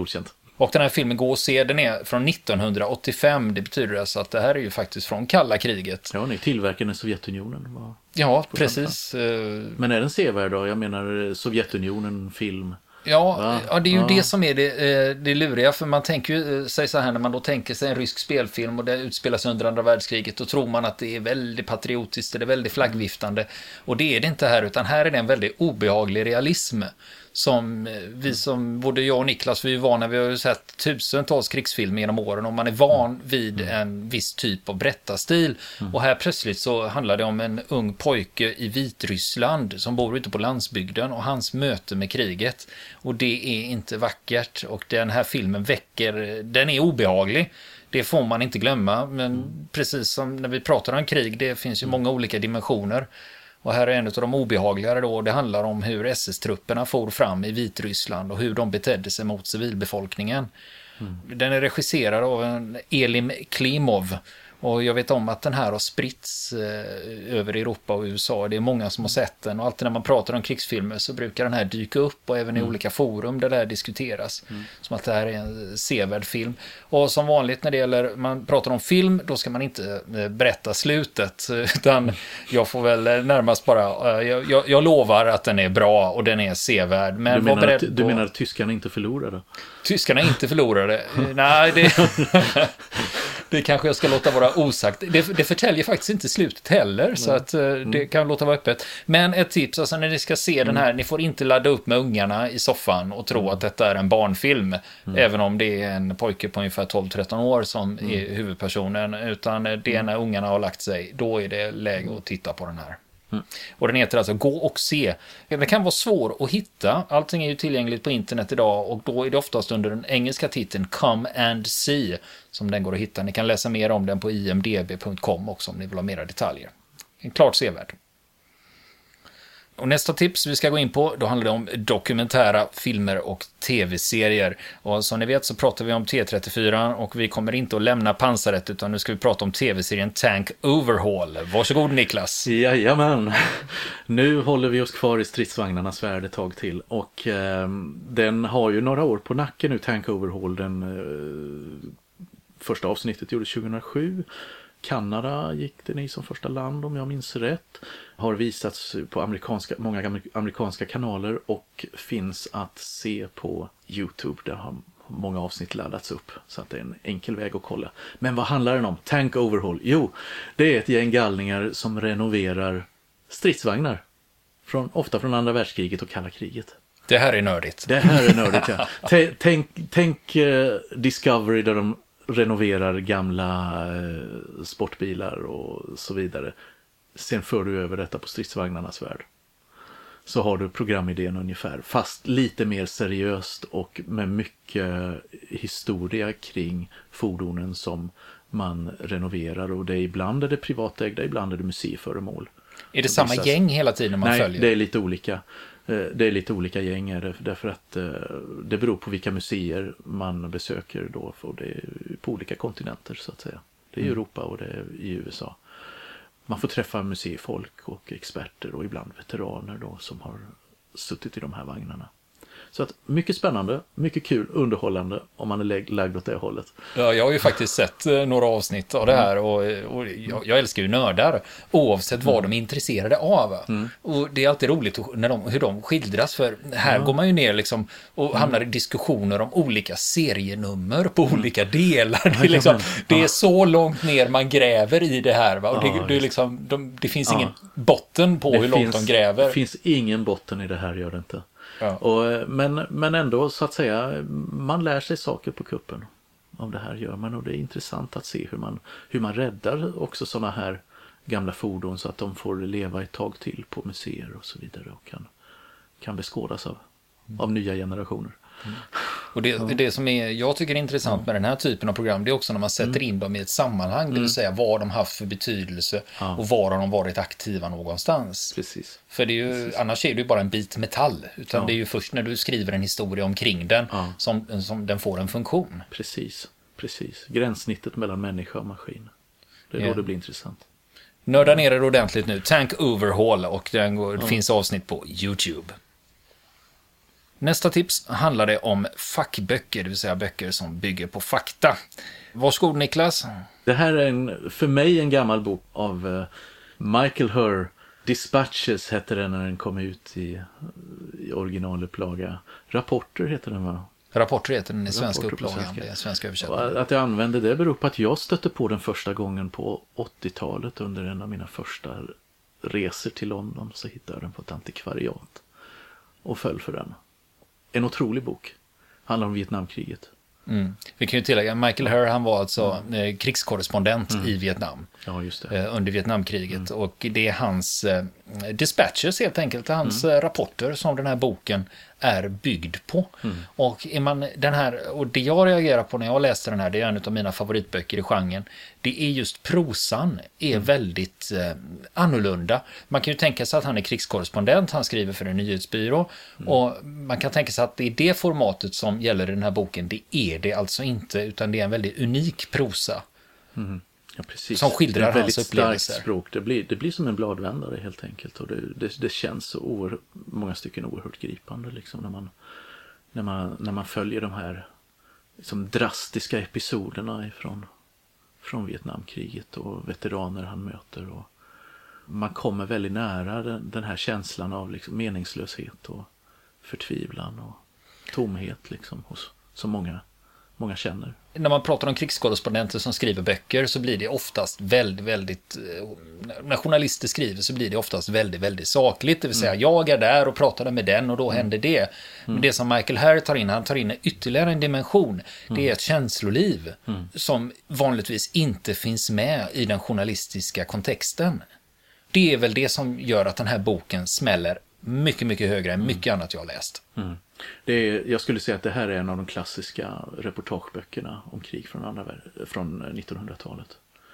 Och den här filmen Gå och se, den är från nittonhundraåttiofem. Det betyder alltså att det här är ju faktiskt från kalla kriget. Ja, ni tillverkade i Sovjetunionen. Var ja, precis. Men är den sevärd då? Jag menar Sovjetunionen, film... Ja, ja, det är ju ja. det som är det, det luriga, för man tänker ju sig så här, när man då tänker sig en rysk spelfilm och det utspelas under andra världskriget, då tror man att det är väldigt patriotiskt, det är väldigt flaggviftande, och det är det inte här, utan här är det en väldigt obehaglig realism som vi som, både jag och Niklas, vi är vana, vi har ju sett tusentals krigsfilmer genom åren och man är van vid en viss typ av berättarstil. Mm. Och här plötsligt så handlar det om en ung pojke i Vitryssland som bor ute på landsbygden och hans möte med kriget. Och det är inte vackert, och den här filmen väcker, den är obehaglig. Det får man inte glömma, men mm. precis som när vi pratar om krig, det finns ju många olika dimensioner. Och här är en av de obehagligare då, det handlar om hur S S-trupperna for fram i Vitryssland och hur de betedde sig mot civilbefolkningen. Mm. Den är regisserad av en Elim Klimov, och jag vet om att den här har spritts eh, över Europa och U S A. Det är många som har sett den, och alltid när man pratar om krigsfilmer så brukar den här dyka upp, och även i mm. olika forum där det här diskuteras. Mm. Som att det här är en sevärd film. Och som vanligt när det gäller, man pratar om film, då ska man inte eh, berätta slutet, utan jag får väl närmast bara, eh, jag, jag, jag lovar att den är bra och den är sevärd. Men du, menar beredd att, du menar att tyskarna inte förlorade? Tyskarna inte förlorade? Nej, det... Det kanske jag ska låta vara osagt. Det, det förtäljer faktiskt inte slutet heller, mm. så att uh, det kan låta vara öppet. Men ett tips, alltså när ni ska se mm. den här, ni får inte ladda upp med ungarna i soffan och tro mm. att detta är en barnfilm, mm. även om det är en pojke på ungefär tolv tretton år som mm. är huvudpersonen, utan det är när ungarna har lagt sig, då är det läge att titta på den här. Mm. Och den heter alltså Gå och se. Den kan vara svår att hitta. Allting är ju tillgängligt på internet idag, och då är det oftast under den engelska titeln Come and See som den går att hitta. Ni kan läsa mer om den på i m d b punkt com också om ni vill ha mera detaljer. En klart sevärd. Och nästa tips vi ska gå in på, då handlar det om dokumentära filmer och tv-serier. Och som ni vet så pratar vi om T trettiofyra, och vi kommer inte att lämna pansaret, utan nu ska vi prata om tv-serien Tank Overhaul. Varsågod Niklas. Jajamän. Nu håller vi oss kvar i stridsvagnarnas värld ett tag till, och eh, den har ju några år på nacken nu, Tank Overhaul. Den eh, första avsnittet gjordes tjugohundrasju. Kanada gick den i som första land om jag minns rätt. Har visats på amerikanska, många amerikanska kanaler och finns att se på YouTube. Där har många avsnitt laddats upp, så att det är en enkel väg att kolla. Men vad handlar den om? Tank Overhaul? Jo, det är ett gäng galningar som renoverar stridsvagnar. Från, ofta från andra världskriget och kalla kriget. Det här är nördigt. Det här är nördigt, ja. T- tänk tänk uh, Discovery där de renoverar gamla eh, sportbilar och så vidare. Sen för du över detta på stridsvagnarnas värld. Så har du programidén ungefär, fast lite mer seriöst och med mycket historia kring fordonen som man renoverar, och det är ibland är det privatägda, ibland är det museiföremål. Är det samma visas... gäng hela tiden man Nej, följer? Nej, det är lite olika. Det är lite olika gäng, därför att det beror på vilka museer man besöker då, för det är på olika kontinenter så att säga. Det är i mm. Europa och det är i U S A. Man får träffa museifolk och experter och ibland veteraner då som har suttit i de här vagnarna. Så att mycket spännande, mycket kul, underhållande om man är lägg, lagd åt det hållet. Ja, jag har ju faktiskt sett eh, några avsnitt av det här, och, och jag, jag älskar ju nördar oavsett vad mm. de är intresserade av. Mm. Och det är alltid roligt när de, hur de skildras, för här mm. går man ju ner liksom och mm. hamnar i diskussioner om olika serienummer på mm. olika delar. Det är, liksom, det är så långt ner man gräver i det här, va? Och det, det, är liksom, de, det finns ingen ja. botten på det hur långt finns, de gräver. Det finns ingen botten i det här, gör det inte. Ja. Och, men, men ändå så att säga, man lär sig saker på kuppen av det här gör man, och det är intressant att se hur man, hur man räddar också sådana här gamla fordon så att de får leva ett tag till på museer och så vidare och kan, kan beskådas av, av nya generationer. Mm. Och det, ja. det som är, jag tycker är intressant ja. med den här typen av program, det är också när man sätter mm. in dem i ett sammanhang, mm. det vill säga vad de haft för betydelse ja. och var har de varit aktiva någonstans. Precis. För det är ju, Precis. annars är det ju bara en bit metall, utan ja. det är ju först när du skriver en historia omkring den ja. som, som den får en funktion. Precis, precis. Gränssnittet mellan människa och maskin. Det är ja. då det blir intressant. Nörda ner er ordentligt nu. Tank Overhaul, och den går, ja. finns avsnitt på YouTube. Nästa tips handlade om fackböcker, det vill säga böcker som bygger på fakta. Varsågod Niklas. Det här är en, för mig en gammal bok av uh, Michael Herr. Dispatches hette den när den kom ut i, i originalupplaga. Rapporter heter den, va? Rapporter heter den i svenska upplagan, det är svenska översättningen. Att jag använde det beror på att jag stötte på den första gången på åttiotalet under en av mina första resor till London, så hittade jag den på ett antikvariat och föll för den. En otrolig bok. Handlar om Vietnamkriget. Mm. Vi kan ju tillägga, Michael Herr, han var alltså mm. krigskorrespondent mm. i Vietnam. Ja, just det. Under Vietnamkriget. Mm. Och det är hans eh, dispatches helt enkelt, hans mm. rapporter som den här boken är byggd på. Mm. Och, är man, den här, och det jag reagerar på när jag läste den här, det är en av mina favoritböcker i genren, det är just prosan är mm. väldigt eh, annorlunda. Man kan ju tänka sig att han är krigskorrespondent, han skriver för en nyhetsbyrå mm. och man kan tänka sig att det är det formatet som gäller i den här boken. Det är det alltså inte, utan det är en väldigt unik prosa. Mm. Ja, precis. Som skildrar hans väldigt upplevelser. Starkt språk. Det blir, det blir som en bladvändare helt enkelt. Och det, det, det känns så oerhört, många stycken oerhört gripande liksom, när, man, när, man, när man följer de här liksom, drastiska episoderna ifrån, från Vietnamkriget och veteraner han möter. Och man kommer väldigt nära den, den här känslan av liksom, meningslöshet och förtvivlan och tomhet liksom, hos så många många känner. När man pratar om krigskorrespondenter som skriver böcker så blir det oftast väldigt, väldigt, när journalister skriver så blir det oftast väldigt, väldigt sakligt. Det vill säga, mm. jag är där och pratade med den och då mm. händer det. Mm. Men det som Michael Herr tar in, han tar in ytterligare en dimension. Mm. Det är ett känsloliv mm. som vanligtvis inte finns med i den journalistiska kontexten. Det är väl det som gör att den här boken smäller mycket, mycket högre än mycket mm. annat jag har läst. Mm. Det är, jag skulle säga att det här är en av de klassiska reportageböckerna om krig från, andra, från nittonhundratalet.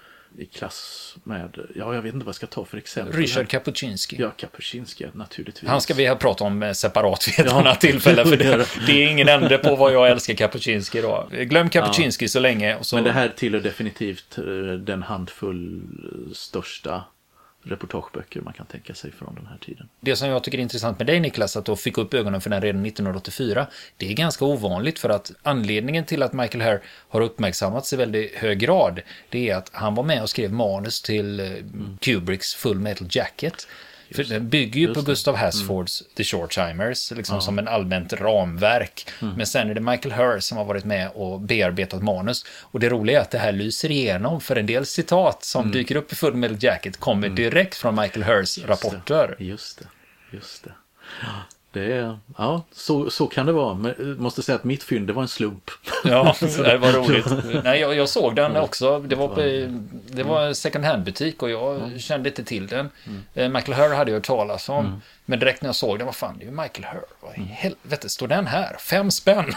I klass med, ja jag vet inte vad jag ska ta för exempel. Ryszard Kapuscinski. Ja, Kapuscinski naturligtvis. Han ska vi ha pratat om separat vid ett ja. annat tillfälle, för det, det är ingen ände på vad jag älskar Kapuscinski då. Glöm Kapuscinski ja. så länge. Och så... Men det här tillhör definitivt den handfull största reportageböcker man kan tänka sig från den här tiden. Det som jag tycker är intressant med dig Niklas, att du fick upp ögonen för den redan nittonhundraåttiofyra, det är ganska ovanligt, för att anledningen till att Michael Herr har uppmärksammats i väldigt hög grad, det är att han var med och skrev manus till mm. Kubricks Full Metal Jacket. För den bygger ju på Gustav Hasfords mm. The Shorttimers liksom ja. som en allmänt ramverk. Mm. Men sen är det Michael Herr som har varit med och bearbetat manus. Och det roliga är att det här lyser igenom, för en del citat som mm. dyker upp i Full Metal Jacket kommer mm. direkt från Michael Herrs just rapporter. Det. Just det, just det. Det är, ja, så, så kan det vara. Men jag måste säga att mitt fynd, det var en slump. Ja, det var roligt. Nej, jag, jag såg den också. Det var, på, det var en second hand-butik och jag mm. kände inte till den. Mm. Michael Herr hade jag hört talas om. Mm. Men direkt när jag såg den, vad fan, det är ju Michael Herr. Vad i helvete, står den här? Fem spänn.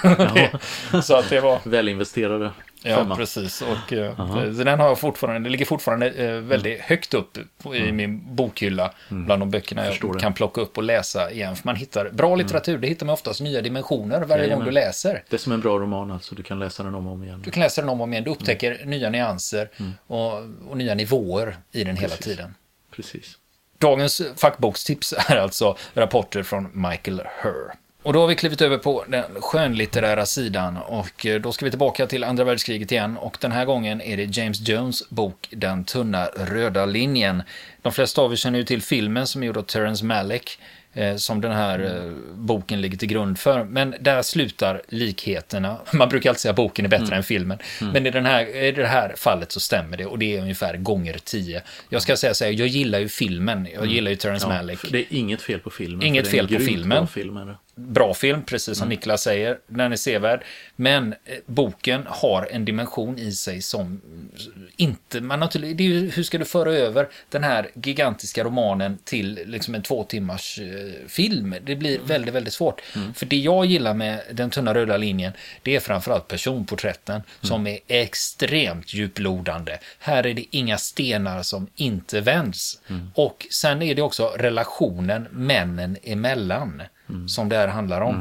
Så att det var... Väl investerade. Ja, femma. Precis. Och uh, den har jag fortfarande, det ligger fortfarande uh, väldigt mm. högt upp på, i mm. min bokhylla mm. bland de böckerna jag, jag kan plocka upp och läsa igen. För man hittar bra litteratur, mm. det hittar man oftast nya dimensioner varje ja, gång du läser. Det är som en bra roman, alltså du kan läsa den om och om igen. Du kan läsa den om och om igen, du upptäcker mm. nya nyanser mm. och, och nya nivåer i den precis. hela tiden. Precis. Dagens fackbokstips är alltså rapporter från Michael Herr. Och då har vi klivit över på den skönlitterära sidan, och då ska vi tillbaka till andra världskriget igen, och den här gången är det James Jones bok Den tunna röda linjen. De flesta av er känner ju till filmen som är gjord av Terrence Malick, eh, som den här eh, boken ligger till grund för, men där slutar likheterna. Man brukar alltid säga att boken är bättre mm. än filmen, mm. men i, den här, i det här fallet så stämmer det, och det är ungefär gånger tio. Jag ska säga så här, jag gillar ju filmen, jag mm. gillar ju Terrence ja, Malick. Det är inget fel på filmen. Inget fel på filmen. filmen. Bra film, precis som mm. Niklas säger. Den är sevärd. Men eh, boken har en dimension i sig som inte... Man naturligt, det är ju, hur ska du föra över den här gigantiska romanen till liksom en två timmars eh, film? Det blir mm. väldigt, väldigt svårt. Mm. För det jag gillar med Den tunna röda linjen, det är framförallt personporträtten mm. som är extremt djuplodande. Här är det inga stenar som inte vänds. Mm. Och sen är det också relationen männen emellan. Mm. som det här handlar om. Mm.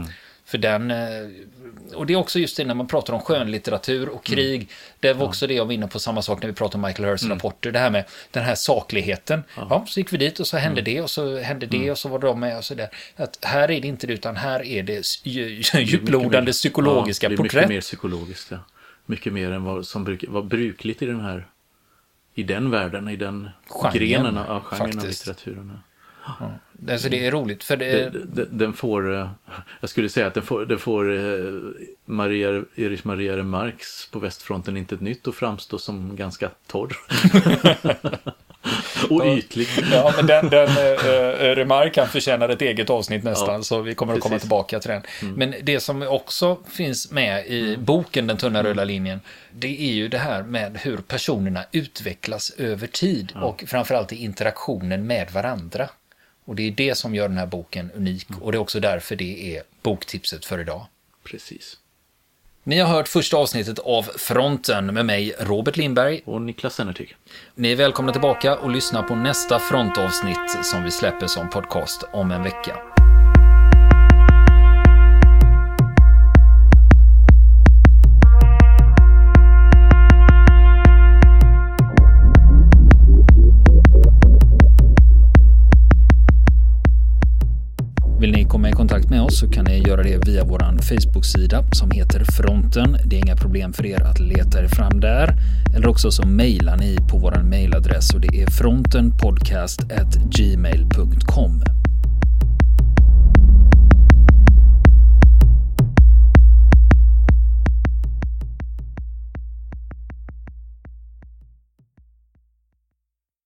För den, och det är också just det när man pratar om skönlitteratur och krig. Mm. Det var också ja. det jag var inne på, samma sak när vi pratade om Michael Hirsts mm. rapporter. Det här med den här sakligheten. Ja, ja så gick vi dit och så hände mm. det och så hände det mm. och så var de med och så där. Att här är det inte det, utan här är det djuplodande psykologiska ja, det är porträtt. Mycket mer psykologiskt, ja. Mycket mer än vad som bruk, var brukligt i den här, i den världen, i den genren, grenen av ja, genren av litteraturen. Ja. Alltså det är roligt för det... Den, den, den får, jag skulle säga att den får, den får Maria, Erich Maria Remarques på västfronten inte ett nytt och framstå som ganska torr. Och ytlig. Ja, men den, den äh, Remarque kan förtjäna ett eget avsnitt nästan, ja, så vi kommer att komma precis. tillbaka till den. Mm. Men det som också finns med i mm. boken Den tunna röda linjen, det är ju det här med hur personerna utvecklas över tid ja. och framförallt i interaktionen med varandra. Och det är det som gör den här boken unik. Mm. Och det är också därför det är boktipset för idag. Precis. Ni har hört första avsnittet av Fronten med mig, Robert Lindberg. Och Niklas Sennertyg. Ni är välkomna tillbaka och lyssna på nästa frontavsnitt som vi släpper som podcast om en vecka. Vill ni komma i kontakt med oss så kan ni göra det via vår Facebook-sida som heter Fronten. Det är inga problem för er att leta er fram där. Eller också så mejlar ni på vår mejladress och det är frontenpodcast at gmail punkt com.